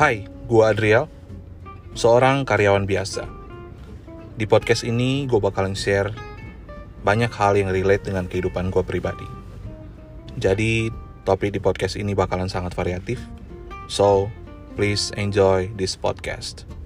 Hai, gua Adriel, seorang karyawan biasa. Di podcast ini gue bakalan share banyak hal yang relate dengan kehidupan gue pribadi. Jadi topik di podcast ini bakalan sangat variatif. So, please enjoy this podcast.